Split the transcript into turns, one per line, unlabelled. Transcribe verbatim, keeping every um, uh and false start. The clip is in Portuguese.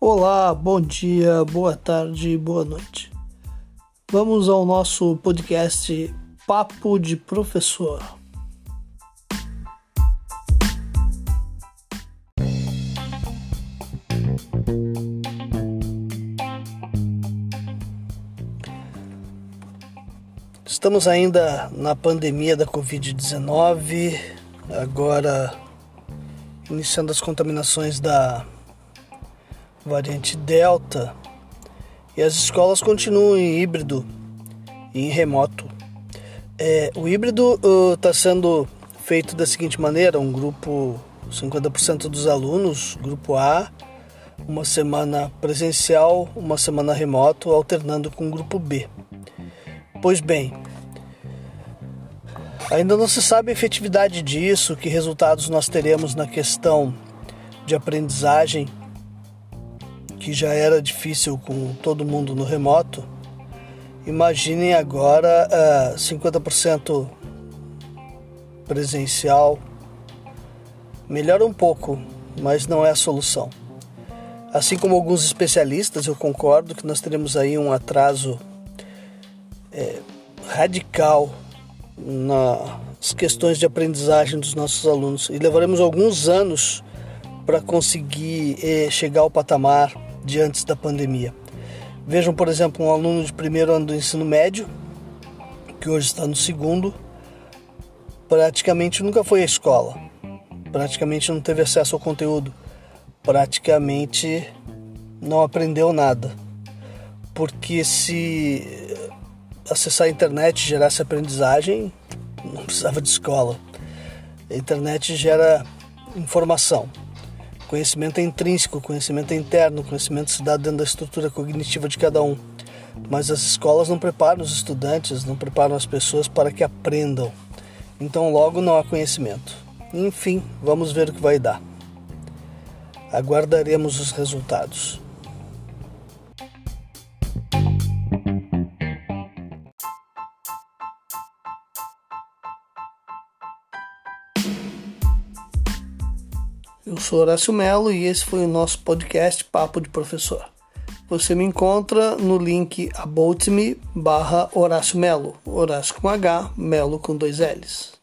Olá, bom dia, boa tarde, boa noite. Vamos ao nosso podcast Papo de Professor. Estamos ainda na pandemia da covid dezenove, agora iniciando as contaminações da variante Delta, e as escolas continuam em híbrido e em remoto. É, o híbrido está uh, sendo feito da seguinte maneira: um grupo, cinquenta por cento dos alunos, grupo A, uma semana presencial, uma semana remoto, alternando com o grupo B. Pois bem, ainda não se sabe a efetividade disso, que resultados nós teremos na questão de aprendizagem, que já era difícil com todo mundo no remoto. Imaginem agora uh, cinquenta por cento presencial. Melhora um pouco, mas não é a solução. Assim como alguns especialistas, eu concordo que nós teremos aí um atraso é, radical nas questões de aprendizagem dos nossos alunos, e levaremos alguns anos para conseguir eh, chegar ao patamar de antes da pandemia. Vejam, por exemplo, um aluno de primeiro ano do ensino médio, que hoje está no segundo, praticamente nunca foi à escola, praticamente não teve acesso ao conteúdo, praticamente não aprendeu nada, porque se acessar a internet e gerasse aprendizagem, não precisava de escola. A internet gera informação. Conhecimento é intrínseco, conhecimento é interno, conhecimento se dá dentro da estrutura cognitiva de cada um. Mas as escolas não preparam os estudantes, não preparam as pessoas para que aprendam. Então logo não há conhecimento. Enfim, vamos ver o que vai dar. Aguardaremos os resultados. Eu sou Horácio Melo e esse foi o nosso podcast Papo de Professor. Você me encontra no link about me barra Horácio Melo, Horácio com H, Melo com dois L's.